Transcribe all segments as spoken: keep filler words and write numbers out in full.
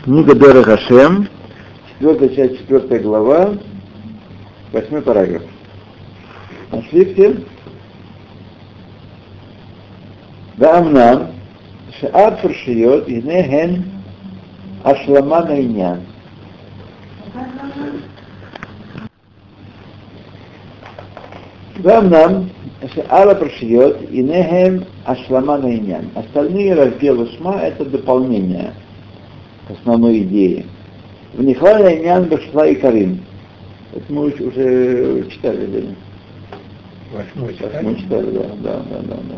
Книга Дерech Хашем, четвертая часть, четвертая глава, восьмой параграф. Нашли все? Ваамнам, ше'ат фаршиот, инehen ашлама наинян. Ваамнам, ше'ала фаршиот, инehen ашлама наинян. Остальные разделы Шма — это дополнение к основной идее. В Нихлале Инян Башла и Карим. Это мы уже читали, да? Восьмой читали? Восьмой читали, да, да, да, да, да.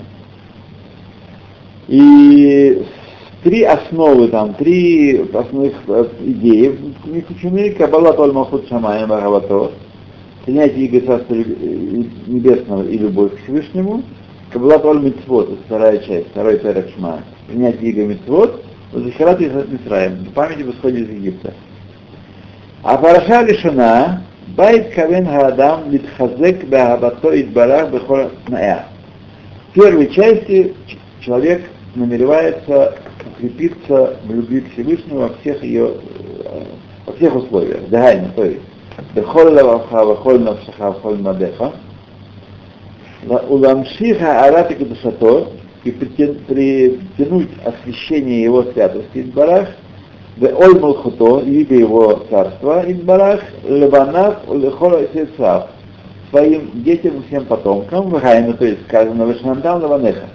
И три основы там, три основных идеи в Михучуме: Каббала Толь Малхут Шамаим Бхагавато, принятие Иго Царства Небесного и любовь к Всевышнему. Каббала Толь Мицвот, вторая часть, второй перек Шма, принятие Иго Мицвот. Захарат из Мицраим, память об исходе из Египта. А параша лишена байт кавен хаадам литхазек беагабато идбарах бехол наэ. В первой части человек намеревается укрепиться в любви к Всевышнему во всех ее, во всех условиях. Дагайна, то есть бехол лаваха, бехол навшаха, бехол мадеха. Уламшиха арати кадушато, и притянуть освящение его святости Идбарах, в Оль Малхуто, либо его царства Идбарах, Леванав, Лехола Сецав, своим детям и всем потомкам, в Гайну, то есть сказано, Вешнандам Лаванеха.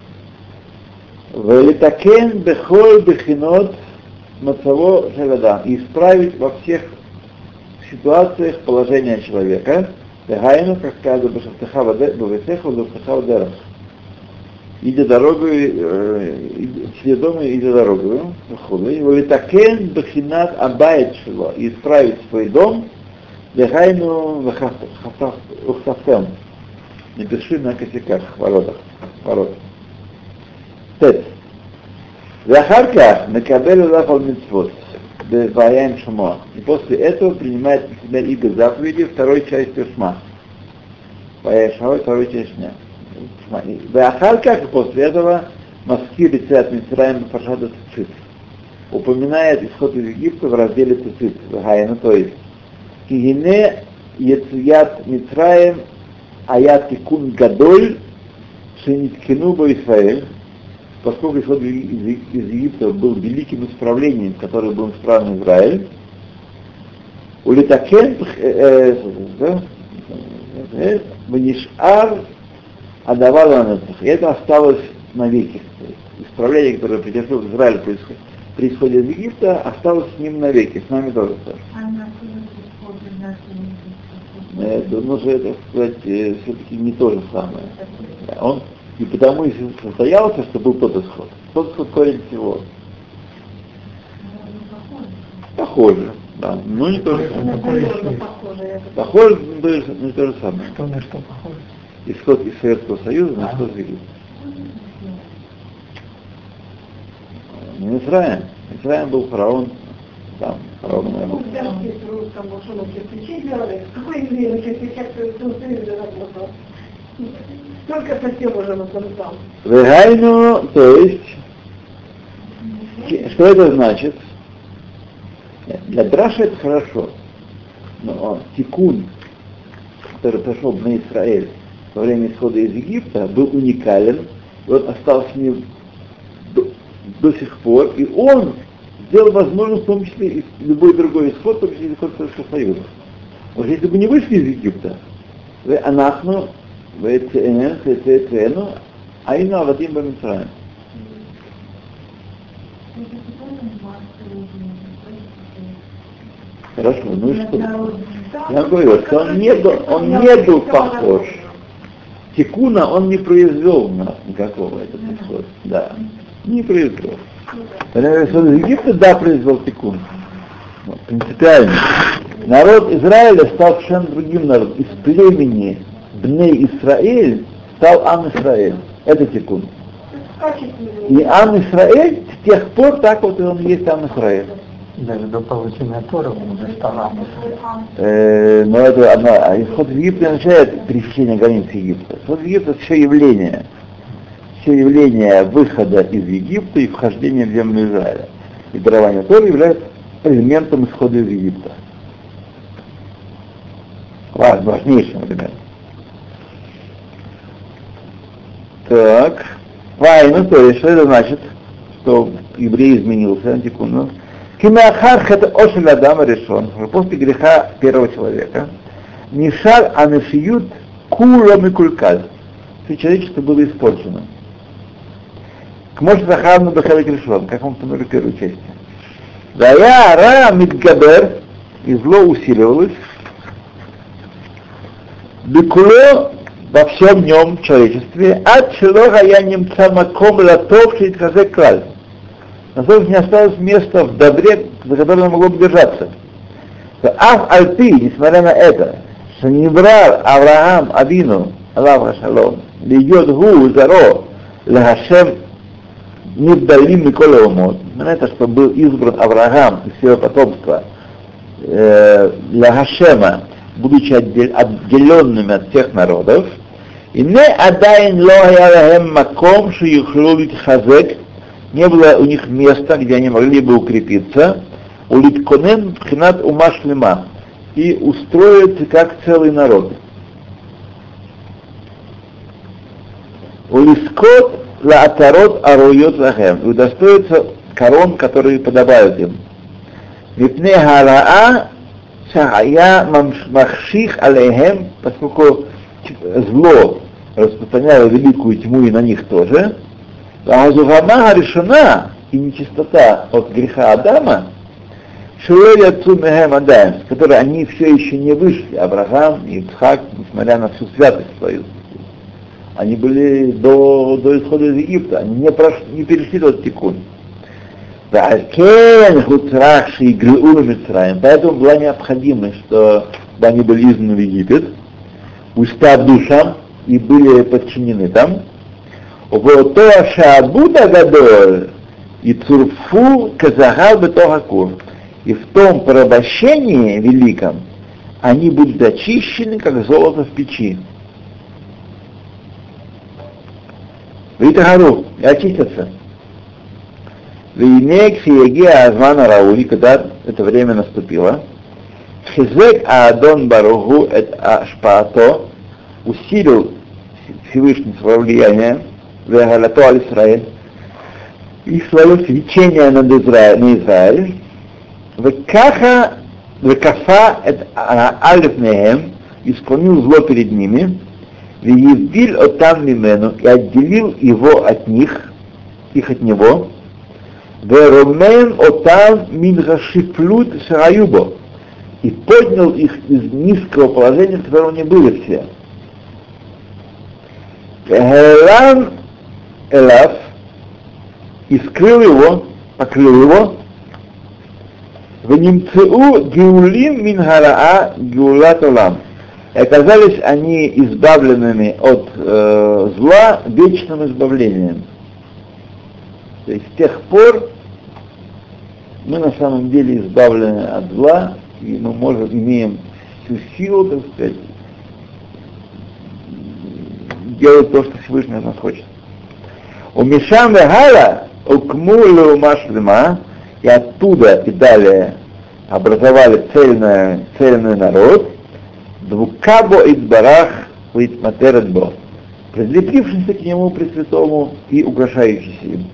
В Литакен Бехоль Бехинот Мацаво Шевадам, и исправить во всех ситуациях положение человека, в Гайну, как сказано, Бешафтеха Вавесеха, Вавесеха Вадерах. Идя дорогой, сидя дома, идя дорогою, валитакен бахинат абайт шило, и исправить свой дом, лехайну ухтафтем, напиши на косяках, воротах, ворот. Тет. Захарка накабелю лафал митцвот, беваяем шумо, и после этого принимает на себя иго заповеди второй части Шма. Ваяем шумо, второй части Шма. Вахарка, после этого, Маскир и Цвят Мицраим Фаршада Цицит упоминает исход из Египта в разделе Цицит, Гайна, то есть Кигине Ецуят Мицраим Аят Тикун Гадоль Шениткину Бо Исраэль, поскольку исход из Египта был великим исправлением, которое был исправлен Израиль, Улитакен Ванишар Адавала, и это осталось навеки. Исправление, которое претерпел Израиль при исходе из Египта, осталось с ним навеки, с нами тоже. Это, ну, же, это, сказать, все-таки не то же самое. Он и потому и состоялся, что был тот исход. Тот исход корень всего. Похоже, да, но не то же самое. Похоже, но не то же самое. Что на что похоже? Исход из Советского Союза на исход из Египта. Не Израиль. Израиль был фараон, там, фараон был. Только совсем уже насмотрел. Вегайну, то есть, что это значит? Для Драша это хорошо, но тикун, который прошел на Израиль во время исхода из Египта, был уникален, и он остался с ним до, до сих пор, и он сделал возможным, в том числе и любой другой исход, в том числе и исход Советского Союза. Вот если бы не вышли из Египта, вы анахну, вы цеэну, цеэну, айну авадим бамицраим. Хорошо, ну и что? Я говорю, что он не был, он не был похож. Тикуна он не произвел у нас никакого этот исход. Да, не произвел. Исход из Египта, да, произвел тикун. Вот, принципиально. Народ Израиля стал совершенно другим народом. Из племени Бней Исраэль стал Ам Исраэль. Это тикун. И Ам Исраэль с тех пор так вот он есть Ам Исраэль. Даже до получения Тора он уже стал. Э, но это одна, исход из Египта означает пересечение границ Египта. Исход из Египта — это все явление, все явление выхода из Египта и вхождения в землю Израиля. и дарование Торы является элементом исхода из Египта. Важно, важнейшим элементом. Так. Вайну, то есть, что это значит? Что еврей изменился, антикунно. Кимеахар это ошель Адама решен, после греха первого человека. Нишар анешиют куром и кулькаль. Все человечество было испорчено. К Моше Захарну Бахавик решен, как он упомянули в первой части. Дая ра мидгабер, и зло усиливалось. Бекуло во всем нем человечестве, от шелога я немца маком латов шейтхазек клаль. Насколько не осталось места в добре, за которое оно могло бы держаться. Ах альпи, несмотря на это, что не брал Авраам Авину, Аллах Шалом, льет гу заро лахашем нивдалим Никола Умот, на это, что был избран Авраам из всего потомства лахашема, будучи отделенными от всех народов, и не адайн лояхем маком шиюхлулит хазек, не было у них места, где они могли бы укрепиться, улитконен пхинат умашлема, и устроиться как целый народ. Улискот лаатарот аруйот лахем, и удостоится корон, которые подобают им. Мипне хараа шахая махших алейхем, поскольку зло распространяло великую тьму и на них тоже. А Азугама решена и нечистота от греха Адама, Шуэля Цумехем Адаем, с которой они все еще не вышли, Авраам и Ицхак, несмотря на всю святость свою. Они были до, до исхода из Египта, они не, прош, не перешли тот тикун. Поэтому была необходимость, что они были изгнаны в Египет, устав душам и были подчинены там. Вото шаабуда гадоль и цурфу казахал бетохакур. И в том порабощении великом они будут очищены, как золото в печи. Витахару, и очистятся. Вейнек сиегия азмана раули, когда это время наступило. Хизек аадон баругу эт ашпаато, усилил Всевышний свое влияние, вегалато аль Исраэль, и свое свечение над Израиль, на Израиль, векаха, векафа эт алифнеем, исполнил зло перед ними, веевдиль отам мимену, и отделил его от них, их от него, веромен отам мингашифлют шараюбо, и поднял их из низкого положения, в котором они были все. Геран Элав, и скрыл его, покрыл его, венимцеу геулим мин хараа геулат олам. И оказались они избавленными от э, зла вечным избавлением. То есть с тех пор мы на самом деле избавлены от зла, и мы можем, имеем всю силу, так сказать, делать то, что Всевышний от нас хочет. У Мишам Вегала укму леумашлема, и оттуда и далее образовали цельный, цельный народ, двукабо идбарах витматеретбо, прилепившийся к нему Пресвятому и украшающийся им.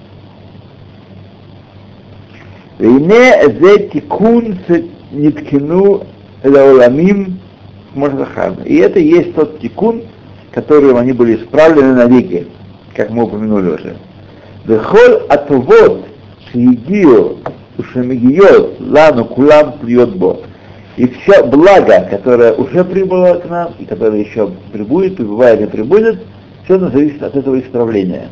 Вейне зе тикун ниткину лауламим морзахарна. И это есть тот тикун, которым они были исправлены навеки, как мы упомянули уже. Вехоль атовот шиегио ушемигиот лану кулам пльотбо. И все благо, которое уже прибыло к нам, и которое еще прибудет, прибывает и прибудет, все это зависит от этого исправления.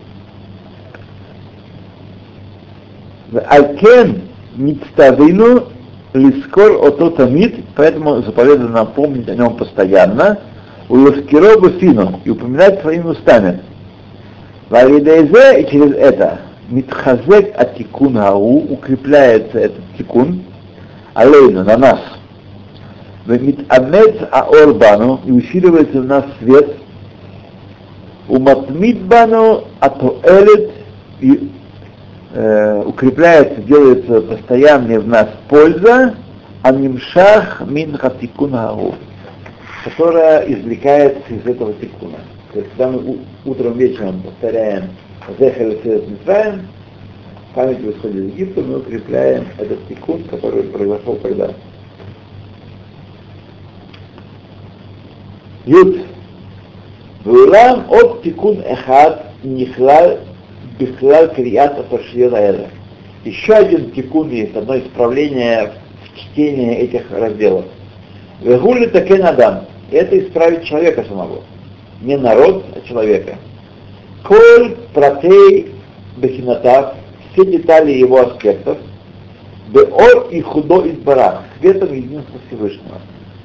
Алкен мицтавину лискор ото тамид, поэтому заповедано нам помнить о нем постоянно, уласкиро буфину, и упоминать своими устами. Валидейзе, и через это митхазек от тикун гау, укрепляется этот тикун, алейну, на нас. Митамец аорбану, и усиливается в нас свет, уматмидбану атоэлет, и э, укрепляется, делается постоянной в нас польза, анимшах мин хатикун гагу, которая извлекается из этого тикуна. То есть, когда мы у, утром, вечером повторяем «Зехер Сеет Митраем», память в исходе из Египта, мы укрепляем этот тикун, который произошел когда. Юд. Вулам от тикун эхад нихлал бихлал крият апашьет аэда. Еще один тикун есть, одно исправление в чтении этих разделов. Вегули такен адам. Это исправить человека самого. Не народ, а человека. Коль протей бехинатав, все детали его аспектов, беор и худо из барах, светом единства Всевышнего.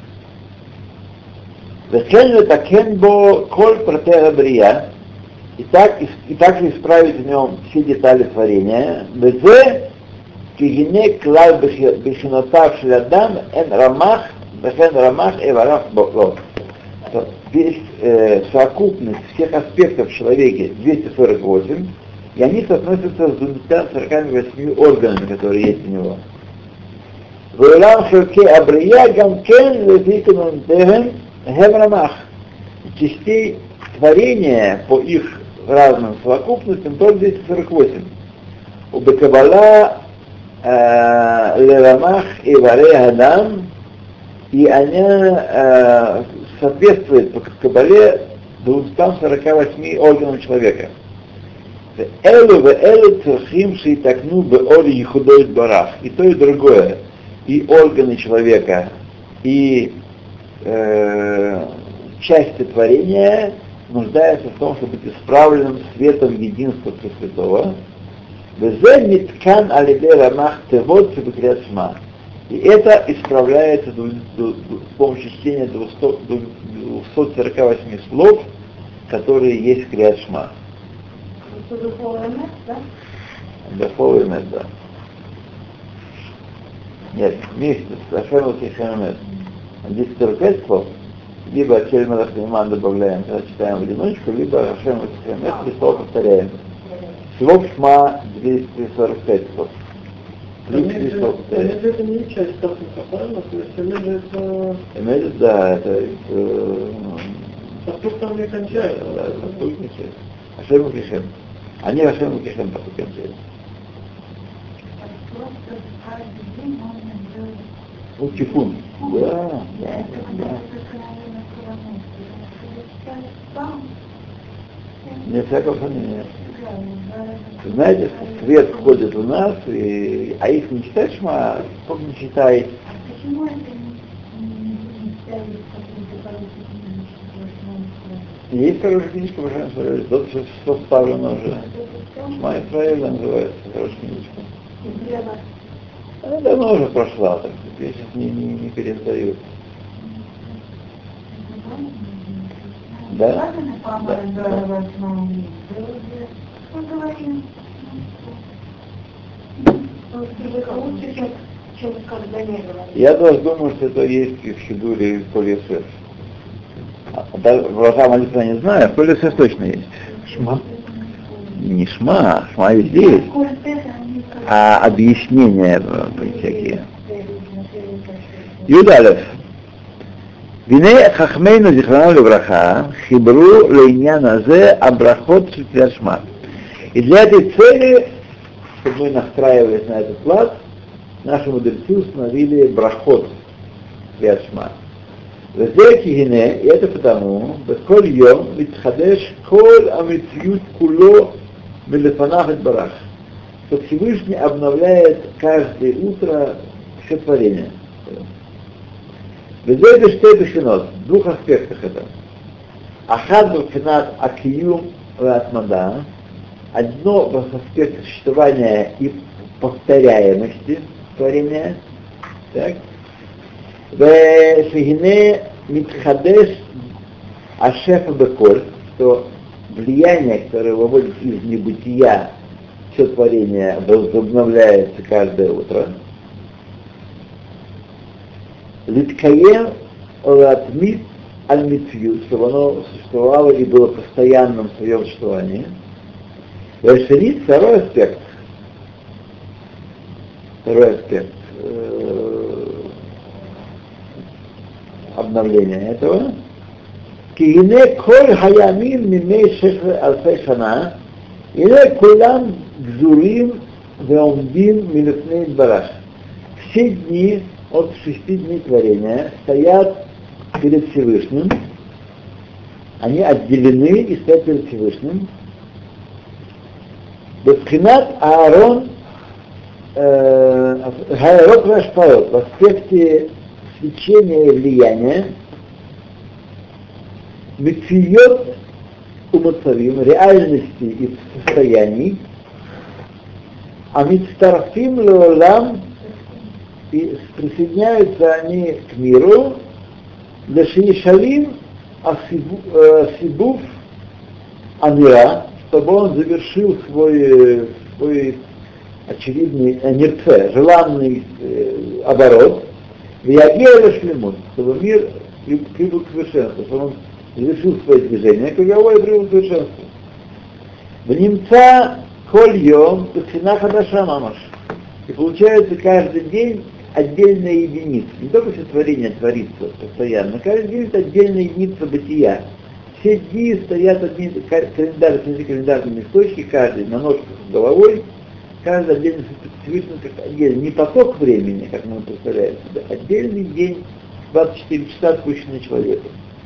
Вехен такен бо коль протей абрия, и так и также исправить в нем все детали творения. Безе кигине клал бехинатав шлядам эн рамах, вехен рамах эварах бо. Весь э, совокупность всех аспектов в человеке двести сорок восемь, и они соотносятся с двумястами сорока восемью органами, которые есть у него. Вулам шелке абрия гамкен лефиканун дехен гемрамах. Частей творения по их разным совокупностям тоже двести сорок восемь. У бекабала лерамах и варе гадам, и они э, соответствуют по Кабале двумстам сорока восьми органам человека. Элу ве элу цархим шейтакну беори ехудой барах. И то, и другое, и органы человека, и э, части творения нуждаются в том, чтобы быть исправленным светом единства Пресвятого. Везе миткан алидей рамах тевот цебекриат шма. И это исправляется с помощью чтения двухсот сорока восьми слов, которые есть в Криат Шма. Это духовный мет, да? Духовный мет, да. Нет, вместе с Ашем Кихем мет. Здесь сорок пять слов, либо Чель Мелах Лиман добавляем, когда читаем в одиночку, либо Ашем Кихем мет, три слова повторяем. Слов Шма двести сорок пять слов. Это не часть техника, правильно? То есть Эмеджет это... Эмеджет, да, это... Поступ там не кончается. Да, поступ не кончается. Ашем и Кишем. Они Ашем и Кишем поступ кончается. Ну, тифун. Да, да, да. Не всякого сомнения. Знаете, свет входит в нас, и, а их не читает Шма, сколько не читает. А почему это не ставит какую-то Есть хорошая книжка, Башан Шарель, тот, что вставлено уже. Шма Исраэль называется, хорошая книжка. Она давно уже прошла, так что я сейчас не, не, не перестаю. Да? Да. Я даже думаю, что это есть и в Хидуре, и в Коль-Йосеф. Врага молитва не знаю, в Коль-Йосеф точно есть. Шма. Не Шма, Шма везде есть. А объяснения всякие. Юдалев. Вине хахмейну зихрану левраха хибру лейнян азе абрахот шель Шма. И для этой цели, чтобы мы настраивались на этот плат, наши мудрецы установили брахот Криат Шма. Везе кигине, и это потому, беколь йом митхадеш коль амитьют куло мелефанах эт барах, что Всевышний обновляет каждое утро все творение. Везе бештей бешенот, в двух аспектах это. Ахад бефинат акиюм веатмада, одно в аспекте существования и повторяемости творения, так, вешигине митхадеш ашефа беколь, что влияние, которое выводит из небытия все творение, возобновляется каждое утро. Литкаем латмит аль-митвью, чтобы оно существовало и было постоянным в своем существовании. Вершинит второй аспект, второй аспект э, обновления этого. Киине коль хаямим мимей шешре алфей шана, ине кулам гзурим веомдим милифней бараш. Все дни от шести дней творения стоят перед Всевышним, они отделены и стоят перед Всевышним. Бепхинат Аарон Хайрот Рашпаот в аспекте свечения и влияния, Митфиот Умацавим, реальности и состояний, а Митстарфим Леолам, и присоединяются они к миру, Лешиешалим Асибув Амира, чтобы он завершил свой, свой очевидный нерце, желанный э, оборот, Виагея Шлемут, чтобы мир прибыл к совершенству, чтобы он завершил свое движение, круговое прибыл к совершенству. В немца коль йом тахина хадаша мамаш. И получается каждый день отдельная единица. Не только все творение творится постоянно, каждый день это отдельная единица бытия. Все дни стоят одни календарь, смотрите, календарные листочки, каждый на ножках с головой, каждый отдельно Всевышний, как отдельный, не поток времени, как мы представляем себе, отдельный день, двадцать четыре часа, отпущенный человеку.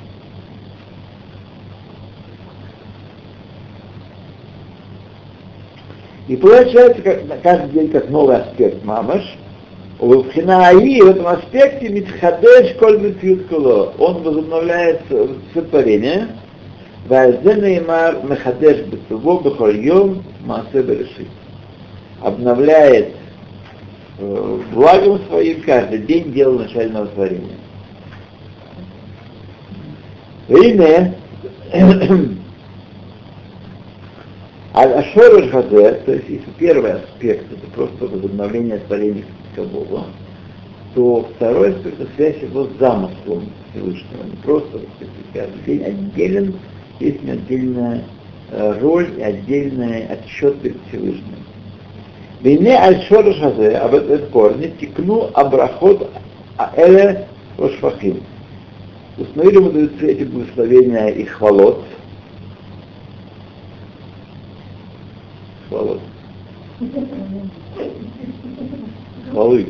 И получается как, каждый день как новый аспект мамаш. В Хинаи в этом аспекте митхадеш коль митфьют куло. Он возобновляет все творение. Ваэзэнэймар мехадеш бетуво бехоль йом маасе берешит. Обновляет э, благом своим каждый день дело начального творения. Ине Ашореш Хазер, то есть если первый аспект это просто возобновление творения к Богу, то второй аспект это связь его с замыслом Всевышнего. Не просто каждый день отделен, есть отдельная роль и отдельный отсчет перед Всевышним. Вине Ашореш Хазер, об этом корне, текну абрахот аэле рошфахим. Установили мудрецы эти благословения и хвалот. Хвалот. Хвалы.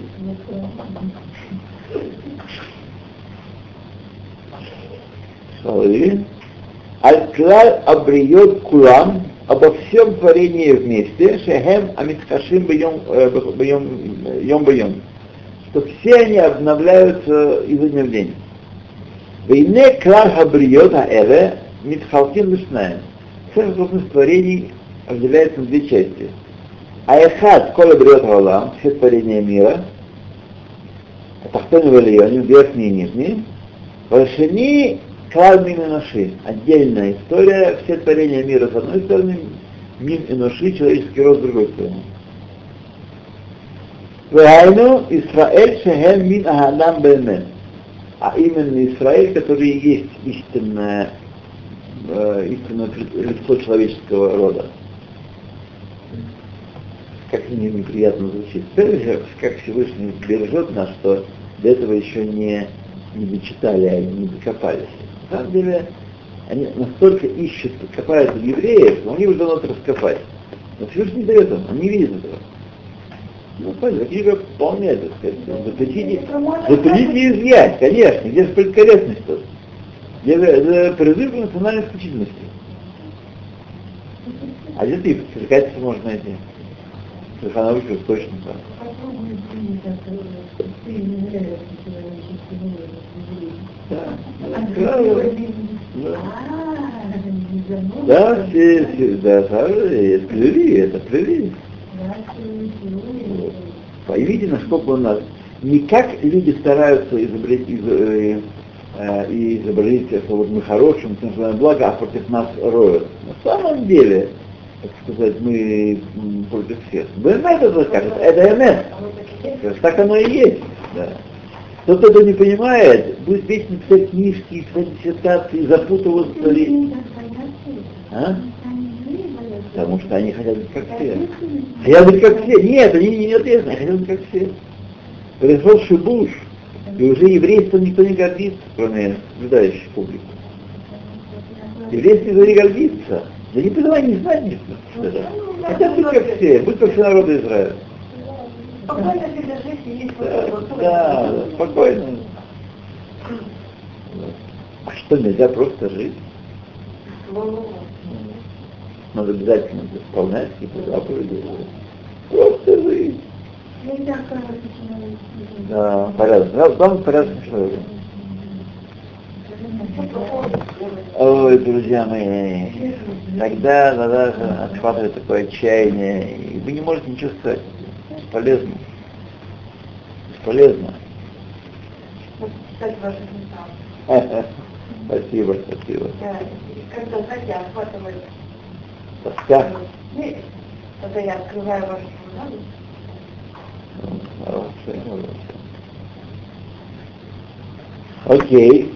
Хвалы. Аль-Клаль абриет кулам, обо всем творении вместе, шехем амитхашим бьем-бьем, что все они обновляются изо дня в день. Вейне клаль абриет аэле митхалтим лишнаем. Все совокупность творений разделяется на две части. Аэхад, кола берет Аллах, все творения мира, Тахтон и Валионим, верхний и нижний, Вальшини, клал мим и ноши, отдельная история, все творения мира с одной стороны, мим и ноши, человеческий род с другой стороны. Вайну, Исраэль шехем мин ахадам бэлмен, а именно Израиль, который и есть истинное, э, истинное лицо человеческого рода. Как мне неприятно звучит. Как Всевышний бережет нас, что до этого еще не, не дочитали, а не докопались. На самом деле, они настолько ищут, копают в евреев, что они уже должны это раскопать. Но Всевышний не дает им, они не видят этого. Ну, понятно, книга вполне, так сказать, запретите, запретите изъять, конечно, где же политкорректность тут? Где же призыв к национальной исключительности? А где ты привлекательство можно найти? Шульханович уж точно так. Да, да, все, все, да, да, это плели, это плели. Поймите, насколько у нас не как люди стараются изобрести, из, э, э, и изобразить, что вот мы хорошим, мы называем благо, а против нас роют. На самом деле, так сказать, мы против всех. Бэмэт это скажет, это эмэт. Так оно и есть. Да. Тот, кто это не понимает, будет вечно писать книжки, писать диссертации, запутываться. А? Потому что они хотят быть как все. Хотят быть как все. Нет, они не ответственны, они хотят быть как все. Произошел шибуш, и уже еврейством никто не гордится, кроме наблюдающей публики. Еврейством никто не гордится. Да не понимаю, не знаю, не знаю. Хотят быть как все, быть как все народы Израиля. Спокойно себе жить и есть Да, вот это. да, спокойно. А что, нельзя просто жить? Надо обязательно исполнять какие-то заповеди. Просто жить. Нельзя оказываться человеком. Да, порядок. Главное, порядочный человек. Ой, друзья мои, тогда надо отхватывать такое отчаяние, и вы не можете ничего сказать. Бесполезно. Бесполезно. Читать ваши книги. Спасибо, спасибо. Да. Когда, знаете, охватывает. Тоска. Нет, когда я открываю ваши журналы. Хорошо, хорошо. Окей.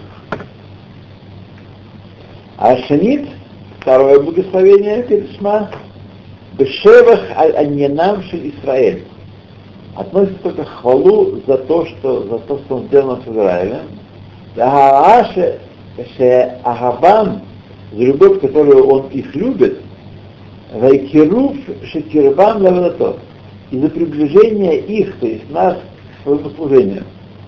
А Шанит, второе благословение перед Шма, Бешевах аль-Аньянам шель Исраэль. Относится только к хвалу за то, что, за то, что он сделал с Израилем. Аше Агабам, за любовь, которую он их любит, Вайкируф Шекирбам Лавадато, и за приближение их, то есть нас, к своему служению.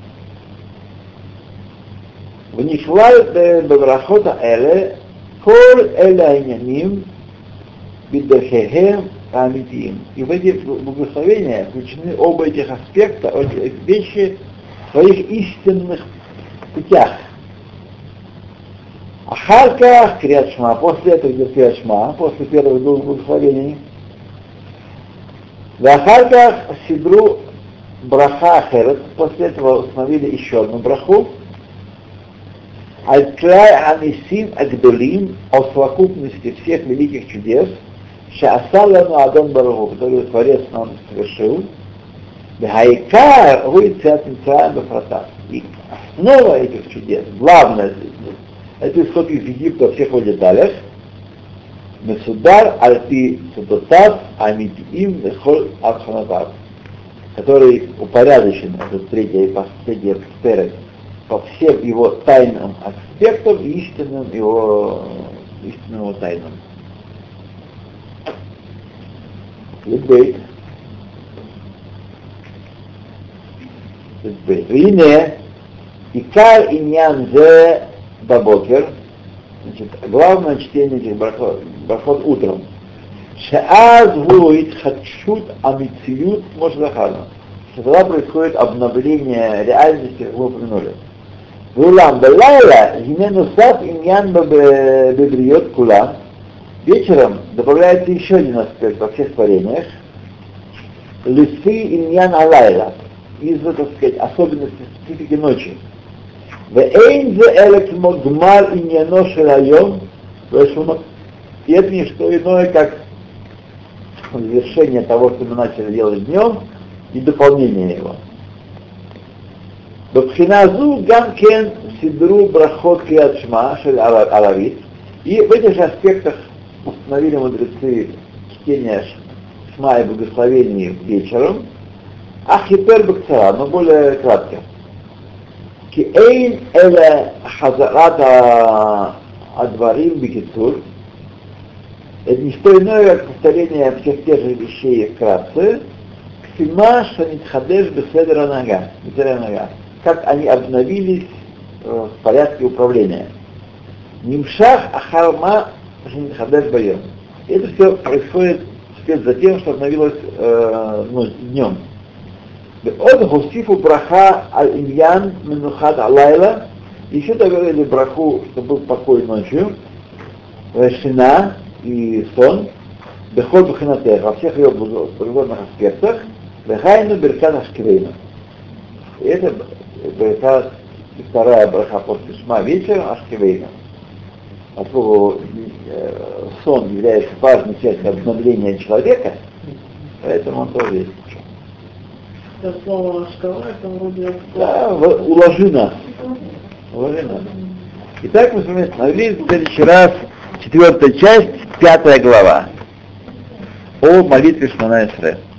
Внешлай бебрахота эле, коль эле айняним, бидахехем амитим. И в эти благословения включены оба этих аспекта, эти вещи в своих истинных путях. Ахарка, Криат Шма, после этого идет Криат Шма, после первых двух благословений. Ахарка Сидру Браха Ахерет, после этого установили еще одну браху. Аль-Клай Анисим Агдолим, о совокупности всех великих чудес, Шаасалану Адон Барагу, который Творец нам совершил. Хайкар Руицат Мицраим Бафратас. И основа этих чудес, главное, это исход из Египта во всех его деталях. Месудар Альпи Судотав Амитиим Вехоль Арханатав, который упорядочен, это третья и последняя сфера, по всем его тайным аспектам и истинным его, истинным его тайнам. Либейт. Либейт. Вине, Икар Иньян Зе Бабокер, значит, главное чтение этих брахот, брахот утром. Шеаз вуит хатшут амициют мошзахарна. Что тогда происходит обновление реальности, как мы упомянули. Вулам белайла гинену сад иньян бебриот кулам. Вечером добавляется еще один аспект во всех творениях. Лисы иньян алайла. Из, так сказать, особенностей специфики ночи. Вэйн зе элек модмар иньяно шелайом. И это не что иное, как завершение того, что мы начали делать днем, и дополнение его. Бабхиназу гамкен сидру брахот криат шма шель алавит. И в этих же аспектах установили мудрецы чтение шма и благословений вечером, а хипер бакцара, но более кратко. Ки эйн эле хазарата адварим бикицур. Это не что иное, как повторение всех тех же вещей вкратце. Ксима шанитхадеш беседра нога, как они обновились в порядке управления. Нимшах ахарма шанитхадеш байом. Это все происходит вслед за тем, что обновилось э, ну, днем. Он гусифу браха аль-иньян минухад алайла. Еще добавили браху, чтобы был покой ночью. Вешина и сон. Бехол бханатех, во всех ее благородных аспектах. Вехайну беркат ашкивейну. И это беркат, вторая браха после шма вечером ашкивейну. Поскольку э, сон является важной частью обновления человека, поэтому он тоже есть. Это слово «шкала», это вроде... Да, уложи нас. Уложи нас. Итак, мы с вами смотрели в следующий раз четвертая часть, пятая глава. о молитве Шмона Эсре.